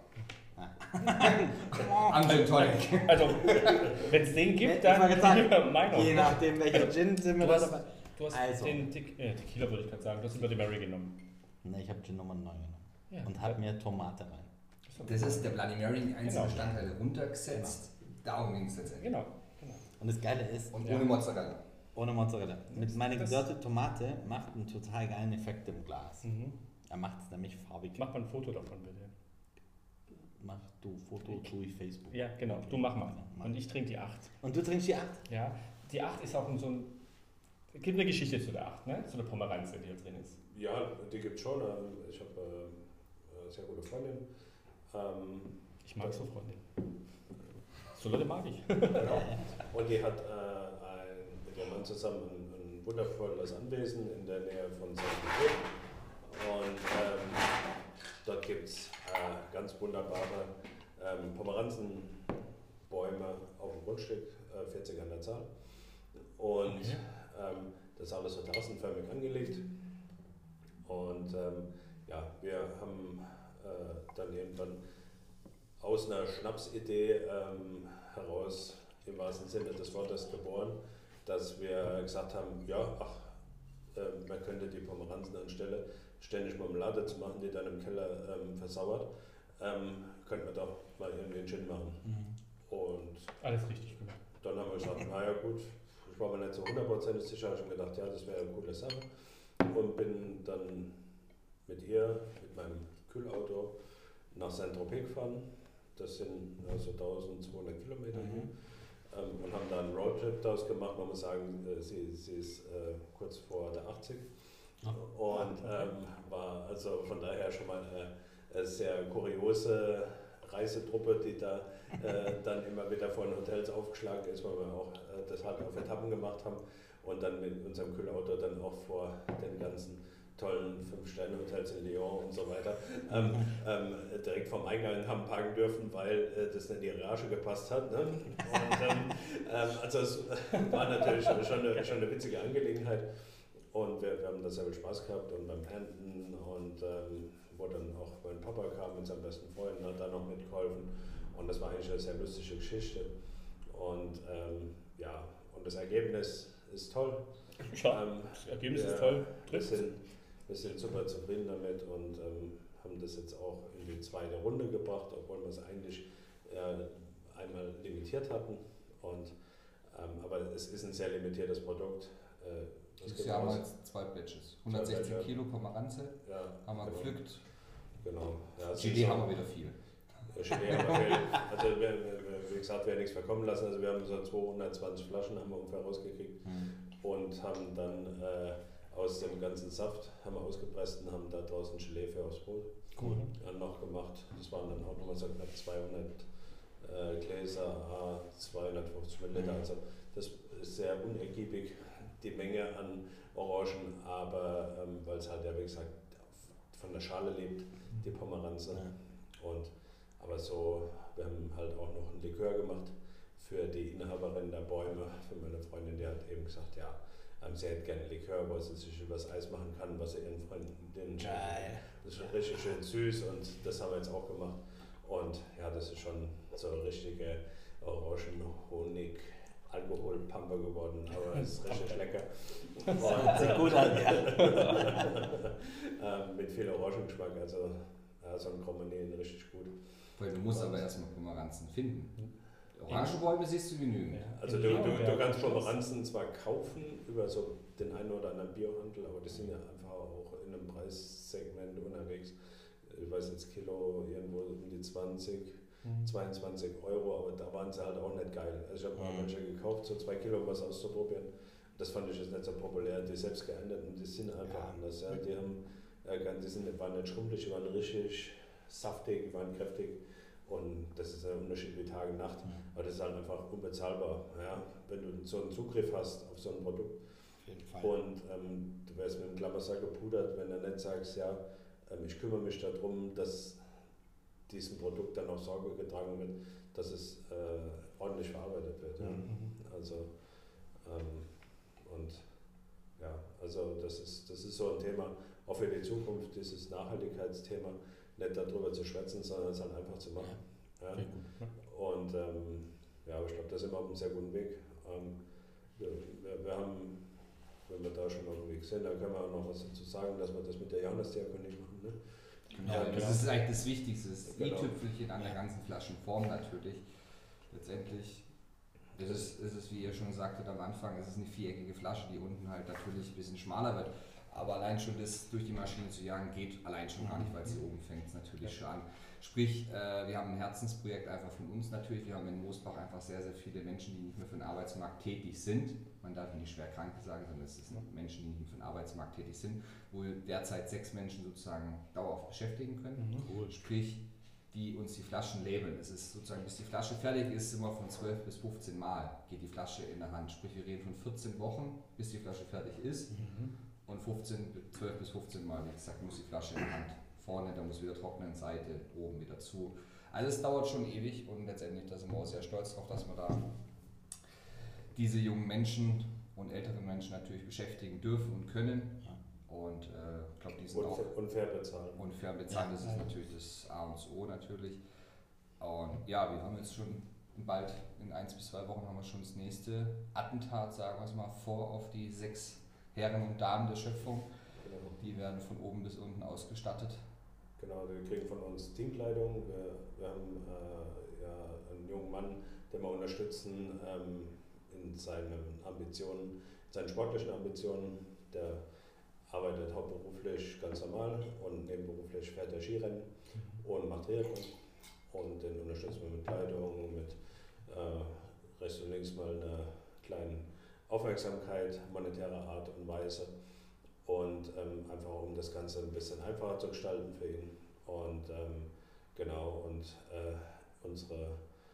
Am Gin Tonic. Also, wenn es den gibt, dann Meinung. Je nachdem, welcher Gin sind wir dabei. Du hast den Tequila, würde ich gerade sagen. Du hast über die Mary genommen. Ne, ich habe Gin Nummer 9 genommen. Und habe mir Tomate rein. Das ist der Bloody Mary in einzelne Bestandteile runtergesetzt. Darum ging es letztendlich. Genau. Und das Geile ist... Und ohne Mozzarella. Ohne Mozzarella. Mit meiner gedörrte Tomate macht einen total geilen Effekt im Glas. Er macht es nämlich farbig. Mach mal ein Foto davon, bitte. Mach du Foto, tue ich Facebook. Ja, genau. Du mach mal. Und ich trinke die 8. Und du trinkst die 8? Ja. Die 8 ist auch so ein... Es gibt eine Geschichte zu der 8, ne? Zu der Pomeranze, die hier drin ist. Ja, die gibt es schon. Ich habe eine sehr gute Freundin. Ich mag so Freunde. So Leute mag ich. Genau. Und die hat mit ihrem Mann zusammen ein wundervolles Anwesen in der Nähe von St. Und dort gibt es ganz wunderbare Pomeranzenbäume auf dem Grundstück, 40 an der Zahl. Und das ist alles so terrassenförmig angelegt. Und ja, wir haben dann irgendwann aus einer Schnapsidee heraus, im wahrsten Sinne des Wortes, geboren, dass wir gesagt haben, ja, man könnte die Pomeranzen anstelle ständig Marmelade zu machen, die dann im Keller versauert, könnte man doch mal irgendwie einen Gin machen. Und Alles richtig gemacht. dann haben wir gesagt, naja gut, ich war mir nicht so 100% sicher, habe schon gedacht, ja, das wäre eine coole Sache. Und bin dann mit meinem Kühlauto nach Saint-Tropez gefahren. Das sind also 1200 Kilometer. Und haben da einen Roadtrip daraus gemacht. Man muss sagen, sie ist kurz vor der 80 und war also von daher schon mal eine sehr kuriose Reisetruppe, die da dann immer wieder vor den Hotels aufgeschlagen ist, weil wir auch das halt auf Etappen gemacht haben und dann mit unserem Kühlauto dann auch vor den ganzen tollen 5-Sterne-Hotels in Lyon und so weiter direkt vom Eingang haben parken dürfen, weil das nicht in die Garage gepasst hat. Ne? Und, also es war natürlich schon eine witzige Angelegenheit und wir haben da sehr viel Spaß gehabt und beim Ernten und wo dann auch mein Papa kam mit seinem besten Freund und hat da noch mitgeholfen und das war eigentlich eine sehr lustige Geschichte und ja, und das Ergebnis ist toll. Ja, das Ergebnis ist toll. Wir sind super zufrieden damit und haben das jetzt auch in die zweite Runde gebracht, obwohl wir es eigentlich einmal limitiert hatten. Und, aber es ist ein sehr limitiertes Produkt. Dieses Jahr haben wir jetzt 2 Batches. 116 Kilo Pomeranze haben wir gepflückt. Genau. Ja, Gelee haben wir wieder viel. Gelee haben wir viel. Also wie gesagt, wir haben nichts verkommen lassen. Also wir haben so 220 Flaschen haben wir ungefähr rausgekriegt und haben dann aus dem ganzen Saft haben wir ausgepresst und haben da draußen Gelee für aufs Brot noch gemacht. Das waren dann auch nochmal so knapp 200 Gläser, 250 Milliliter. Also das ist sehr unergiebig, die Menge an Orangen, aber weil es halt ja wie gesagt von der Schale lebt, die Pomeranze. Aber so, wir haben halt auch noch ein Likör gemacht für die Inhaberin der Bäume, für meine Freundin, die hat eben gesagt, ja, sie hätte gerne Likör, wo sie sich übers Eis machen kann, was sie ihren Freunden schenkt. Das ist schon richtig schön süß und das haben wir jetzt auch gemacht. Und ja, das ist schon so eine richtige Orangen-Honig- Alkoholpampe geworden, aber es ist richtig lecker. Sieht gut an, ja. Mit viel Orangengeschmack, also so ein Cromagnon richtig gut. Weil du musst aber erstmal Pomeranzen finden. Orangenbäume siehst du genügend. Also du kannst Pomeranzen zwar kaufen über so den einen oder anderen Biohandel, aber die sind ja einfach auch in einem Preissegment unterwegs. Ich weiß jetzt Kilo irgendwo um die 20, 22 Euro, aber da waren sie halt auch nicht geil. Also ich habe mal welche gekauft, so 2 Kilo was auszuprobieren. Das fand ich jetzt nicht so populär. Die selbst geernteten, die sind einfach anders. Ja. Die waren nicht schrumpelig, die waren richtig saftig, die waren kräftig. Und das ist ein Unterschied wie Tag und Nacht. Aber das ist halt einfach unbezahlbar. Ja? Wenn du so einen Zugriff hast auf so ein Produkt. Auf jeden Fall. Und du wärst mit dem Klammersack gepudert, wenn du nicht sagst, ja, ich kümmere mich darum, dass diesem Produkt dann auch Sorge getragen wird, dass es ordentlich verarbeitet wird. Ja? Also, und ja, also das ist so ein Thema, auch für die Zukunft, dieses Nachhaltigkeitsthema, nicht darüber zu schwätzen, sondern es halt einfach zu machen. Ja? Und ja, aber ich glaube, da sind wir auf einem sehr guten Weg. Wir haben, wenn wir da schon auf dem Weg sind, da können wir auch noch was dazu sagen, dass wir das mit der Johannesdiakonie machen. Ne? Genau, das ist eigentlich das Wichtigste, das i-Tüpfelchen an der ganzen Flaschenform natürlich. Letztendlich, das ist wie ihr schon sagtet am Anfang, es ist eine viereckige Flasche, die unten halt natürlich ein bisschen schmaler wird. Aber allein schon das durch die Maschine zu jagen geht allein schon gar nicht, weil sie oben fängt es natürlich schon an. Sprich, wir haben ein Herzensprojekt einfach von uns natürlich. Wir haben in Moosbach einfach sehr, sehr viele Menschen, die nicht mehr für den Arbeitsmarkt tätig sind. Man darf nicht schwer Kranke sagen, sondern es sind Menschen, die nicht mehr für den Arbeitsmarkt tätig sind, wo wir derzeit 6 Menschen sozusagen dauerhaft beschäftigen können. Sprich, die uns die Flaschen labeln. Es ist sozusagen, bis die Flasche fertig ist, immer von 12 bis 15 Mal geht die Flasche in der Hand. Sprich, wir reden von 14 Wochen, bis die Flasche fertig ist. Und 12 bis 15 Mal, wie gesagt, muss die Flasche in der Hand vorne, da muss wieder trocknen, Seite, oben wieder zu. Also es dauert schon ewig und letztendlich, da sind wir auch sehr stolz drauf, dass wir da diese jungen Menschen und älteren Menschen natürlich beschäftigen dürfen und können. Und ich glaube, die sind auch unfair bezahlen. Unfair bezahlen, das ist natürlich das A und das O natürlich. Und ja, wir haben jetzt schon bald in 1 bis 2 Wochen haben wir schon das nächste Attentat, sagen wir es mal, vor auf die 6 Herren und Damen der Schöpfung. Genau. Die werden von oben bis unten ausgestattet. Genau, die kriegen von uns Teamkleidung. Wir haben einen jungen Mann, den wir unterstützen in seinen Ambitionen, seinen sportlichen Ambitionen. Der arbeitet hauptberuflich ganz normal und nebenberuflich fährt er Skirennen und macht Triathlon. Und den unterstützen wir mit Kleidung, mit rechts und links mal einer kleinen Aufmerksamkeit monetärer Art und Weise. Und einfach um das Ganze ein bisschen einfacher zu gestalten für ihn. Und unsere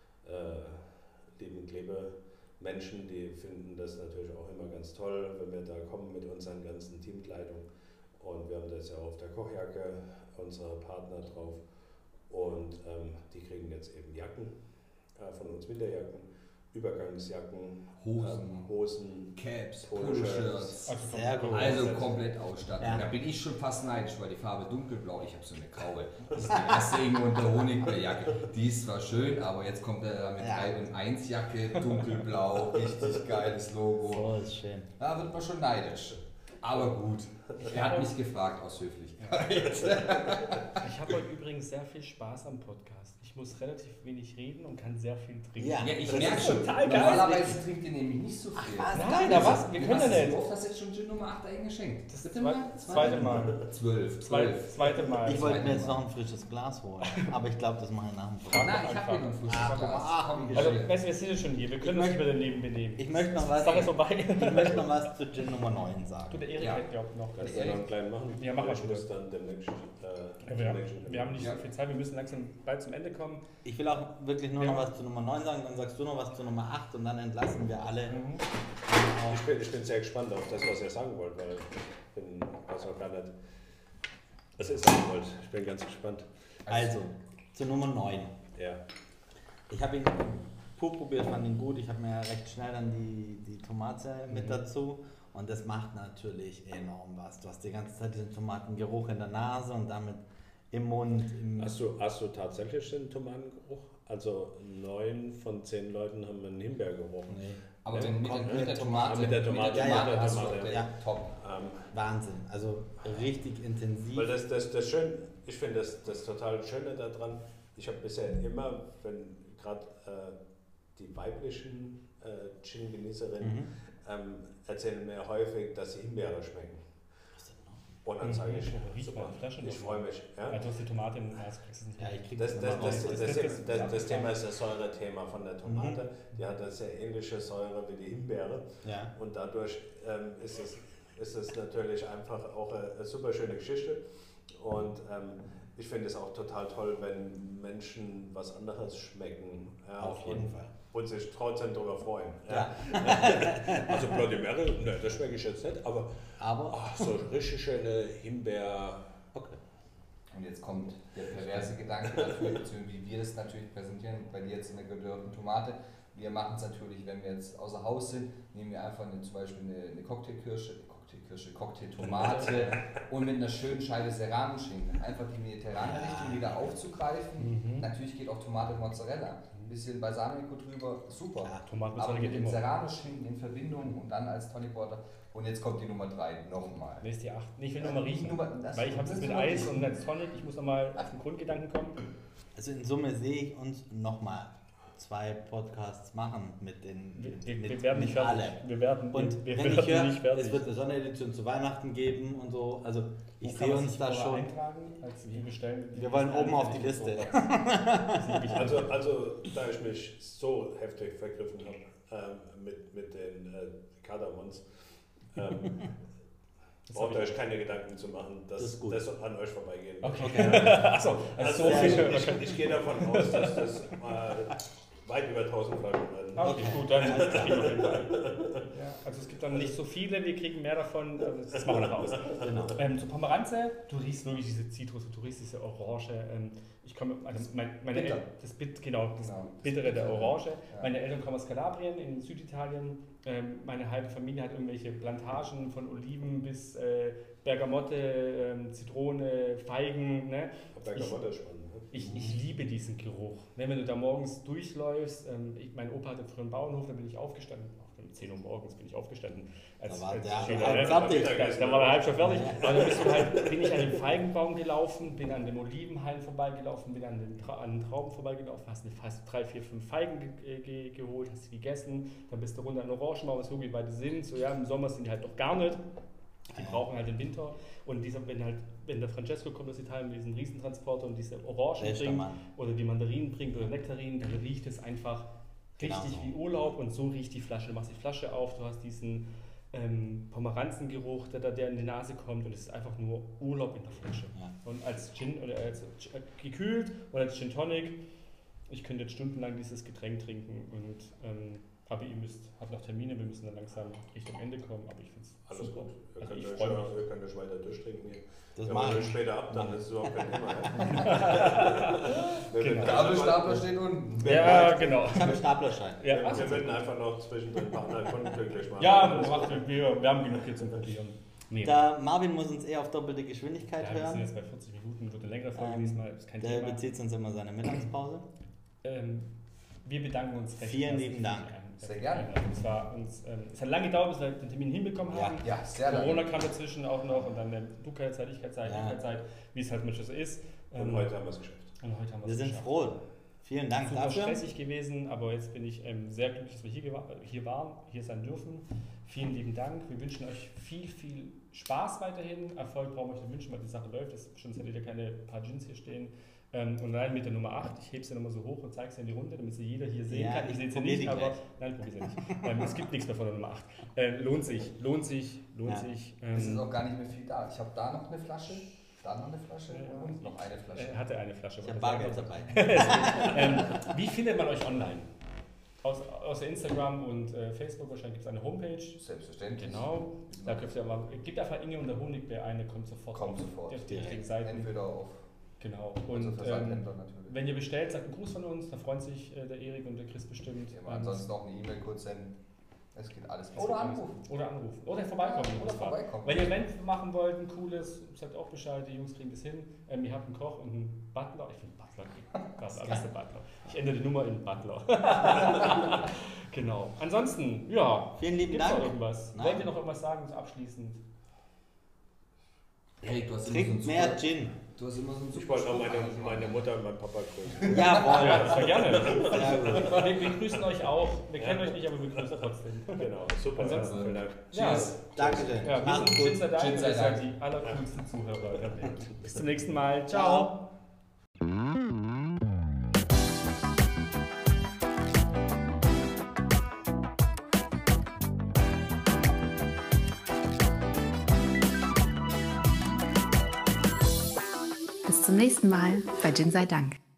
lieben Klebemenschen, die finden das natürlich auch immer ganz toll, wenn wir da kommen mit unseren ganzen Teamkleidung. Und wir haben das ja auch auf der Kochjacke unserer Partner drauf. Und die kriegen jetzt eben Jacken von uns, Winterjacken, Übergangsjacken, Hosen, Caps, Poloshirts. Sehr gut. Also komplett ausstatten. Ja. Da bin ich schon fast neidisch, weil die Farbe dunkelblau, ich habe so eine graue. Das ist die erste irgendwo unter Honigbeerjacke. Die ist zwar schön, aber jetzt kommt er da mit 3-in-1 Jacke, dunkelblau, richtig geiles Logo. So ist schön. Da wird man schon neidisch. Aber gut, er hat mich gefragt aus Höflichkeit. Ich habe heute übrigens sehr viel Spaß am Podcast. Ich muss relativ wenig reden und kann sehr viel trinken. Ja. Ja, ich Das merke ist schon, total geil. normalerweise trinkt ihr nämlich nicht so viel. Nein, da was? Wir können ja nicht. Wie oft hast du jetzt schon Gin Nummer 8 eingeschenkt? Das Bitte mal? zweite Mal. 12. Zweite Mal. Ich wollte mir jetzt noch ein frisches Glas holen, aber ich glaube, das mache ich nach dem Podcast. Nein, ich habe hier noch ein frisches Glas. Komm, Also, geschehen. weißt du, wir sind ja schon hier. Wir können uns über daneben benehmen. Ich möchte noch was, Sache ist vorbei. zu Gin Nummer 9 sagen. Du, der Erik Ja. hat glaubt noch. Kannst du noch einen kleinen machen? Ja, mach mal Ich schon. muss dann demnächst. Wir haben nicht Ja. so viel Zeit, wir müssen langsam bald zum Ende kommen. Ich will auch wirklich nur noch was zu Nummer 9 sagen, dann sagst du noch was zu Nummer 8 und dann entlassen wir alle. Ich bin sehr gespannt auf das, was ihr sagen wollt, weil ich weiß auch gar nicht, was ihr sagen wollt. Ich bin ganz gespannt. Also, zu Nummer 9. Ja. Ich habe ihn pur probiert, fand ihn gut. Ich habe mir recht schnell dann die Tomate mit dazu und das macht natürlich enorm was. Du hast die ganze Zeit diesen Tomatengeruch in der Nase und damit im Mund. Hast du tatsächlich den Tomatengeruch? Also 9 von 10 Leuten haben einen Himbeergeruch. Nee, Aber Ja, wenn mit der Tomate, mit der Tomate, hast du Tomate, doch ja. top. Wahnsinn. Also richtig intensiv. Weil das schön, ich finde das total Schöne daran, ich habe bisher immer, wenn gerade die weiblichen Gin-Genießerinnen erzählen mir häufig, dass sie Himbeere schmecken. Und dann sage ich, Riecht super, meine Flasche ich noch. freue mich. Ja? Ja, du hast die Tomate im Glas, kriegst du es nicht. Ja, ich krieg Das immer raus. Thema ist das Säurethema von der Tomate. Die hat eine sehr ähnliche Säure wie die Himbeere. Ja. Und dadurch ist es natürlich einfach auch eine super schöne Geschichte. Und ich finde es auch total toll, wenn Menschen was anderes schmecken. Ja, Auf jeden Fall. Und sich trotzdem darüber freuen. Ja. Also Bloody Mary, ne, das schmecke ich jetzt nicht, aber Aber so richtig schöne Himbeer. okay. Und jetzt kommt der perverse Gedanke dafür, wie wir das natürlich präsentieren, bei dir jetzt in der gedörrten Tomate. Wir machen es natürlich, wenn wir jetzt außer Haus sind, nehmen wir einfach zum Beispiel eine Cocktailtomate und mit einer schönen Scheibe Serrano-Schinken einfach die mediterrane Richtung wieder aufzugreifen. Natürlich geht auch Tomate und Mozzarella. Ein bisschen Balsamico drüber, super. Ja, Tomaten Aber geht mit dem immer. Serrano-Schinken in Verbindung und dann als Tonic Water. Und jetzt kommt die Nummer 3 nochmal. Nee, ist die 8. Nee, ich will nochmal riechen. Das- Weil ich habe es das mit ist Eis noch- und als Tonic. Ich muss nochmal auf den Grundgedanken kommen. Also in Summe sehe ich uns nochmal 2 Podcasts machen mit den Wir werden nicht fertig. alle. Wir werden Und wir wenn werden ich höre, nicht fertig. es wird eine Sonderedition zu Weihnachten geben und so, also ich Wo kann sehe man uns sich da vorher schon. eintragen, als wir bestellen. Wir wollen oben auf die Liste. Also da ich mich so heftig vergriffen habe mit den Kardamons, braucht ihr euch keine Gedanken zu machen, dass Das ist gut. das an euch vorbeigehen wird. Okay. Achso, also so sehr viel. Ich gehe davon aus, dass das weit über 1000 Flaschen dann. Okay, gut, dann ist das auf jeden Fall. Ja, also es gibt dann nicht so viele, wir kriegen mehr davon, also das machen wir nachher aus. Genau. Zu Pomeranze, du riechst wirklich diese Zitrus, du riechst diese Orange. Ich komme, also meine Bitter. das Bittere der Orange. Ja. Meine Eltern kommen aus Kalabrien in Süditalien. Meine halbe Familie hat irgendwelche Plantagen von Oliven bis Bergamotte, Zitrone, Feigen. Ne? Bergamotte ist spannend. Ich liebe diesen Geruch. Wenn du da morgens durchläufst, mein Opa hatte früher einen Bauernhof, da bin ich aufgestanden, um 10 Uhr morgens bin ich aufgestanden. Da war der fertig. Da war der halb schon fertig. Aber dann bin ich an dem Feigenbaum gelaufen, bin an dem Olivenhain vorbeigelaufen, bin an den Trauben vorbeigelaufen, hast fast 3, 4, 5 Feigen geholt, hast sie gegessen, dann bist du runter an den Orangenbaum, so wie beide sind. So, ja, im Sommer sind die halt noch gar nicht. Die brauchen halt den Winter. Und wenn der Francesco kommt aus Italien mit diesem Riesentransporter und diese Orangen bringt oder die Mandarinen bringt oder Nektarinen, dann riecht es einfach richtig wie Urlaub und so riecht die Flasche. Du machst die Flasche auf, du hast diesen Pomeranzengeruch, der in die Nase kommt und es ist einfach nur Urlaub in der Flasche. Ja. Und als Gin oder als gekühlt oder als Gin Tonic, ich könnte jetzt stundenlang dieses Getränk trinken und aber ihr habt noch Termine, wir müssen dann langsam Richtung Ende kommen, aber ich finde es alles super. gut. Also ich freue mich. Wir können euch weiter durchtrinken hier. Das wenn machen wir später ab, dann ist es überhaupt kein Thema. Genau. Der Gabelstapler steht unten. Ja, genau. Ich habe einen Staplerschein. Ja, wir würden einfach noch zwischendrin ein paar andere Kunden glücklich machen. Ja, wir haben genug hier zum Probieren. Nee. Der Marvin muss uns eher auf doppelte Geschwindigkeit hören. Wir sind jetzt bei 40 Minuten, wird eine längere Folge diesmal, ist kein der Thema. Der bezieht uns immer seine Mittagspause. Wir bedanken uns recht. Vielen lieben Dank. Sehr gerne. Es hat lange gedauert, bis wir den Termin hinbekommen haben. Ja, sehr lange. Corona kam dazwischen auch noch und dann du keine Zeit, ich keine Zeit, wie es halt manchmal so ist. Und heute haben wir es geschafft. Wir sind froh. Vielen Dank super dafür. Stressig gewesen, aber jetzt bin ich sehr glücklich, dass wir hier waren, hier sein dürfen. Vielen lieben Dank. Wir wünschen euch viel, viel Spaß weiterhin. Erfolg brauchen wir euch nicht wünschen, weil die Sache läuft. Schon hättet ihr keine paar Gins hier stehen. Und allein mit der Nummer 8, ich hebe sie nochmal so hoch und zeige sie in die Runde, damit sie jeder hier sehen kann. Ich sehe sie nicht, aber nein, probier sie nicht. Es gibt nichts mehr von der Nummer 8. Lohnt sich. Es ist auch gar nicht mehr viel da. Ich habe da noch eine Flasche, da noch eine Flasche und noch eine Flasche. Er hatte eine Flasche. Ich habe Bargeld dabei. Wie findet man euch online? Außer Instagram und Facebook wahrscheinlich gibt es eine Homepage. Selbstverständlich. Genau. Da könnt ihr mal, gebt einfach Inge und der Honigbeer ein, kommt sofort auf die richtigen Seiten. Entweder auf. Genau. Und natürlich. Wenn ihr bestellt, sagt einen Gruß von uns, da freuen sich der Erik und der Chris bestimmt. Ansonsten auch eine E-Mail kurz senden. Es geht alles. Oder anrufen. Oder vorbeikommen. Vorbeikommen. Wenn ihr ein Event machen wollt, ein cooles, sagt auch Bescheid, die Jungs kriegen das hin. Ihr habt einen Koch und einen Butler. Ich finde Butler, das ist alles der Butler. Ich ändere die Nummer in Butler. Genau. Ansonsten, ja. Vielen lieben Dank. Noch irgendwas? Wollt ihr noch irgendwas sagen, so abschließend? Erik, du hast Trinkt mehr Gin. Du hast immer so einen Ich wollte auch meine Mutter und meinen Papa grüßen. Jawohl. Ja, das war gerne. Wir grüßen euch auch. Wir kennen euch nicht, aber wir grüßen trotzdem. Genau, super. Ansonsten, vielen Dank. Cheers. Dankeschön. Ja, wir sind gut. Gin sei Dank. Die allercoolsten Zuhörer der Welt. Bis zum nächsten Mal. Ciao. Bis zum nächsten Mal bei Gin sei Dank.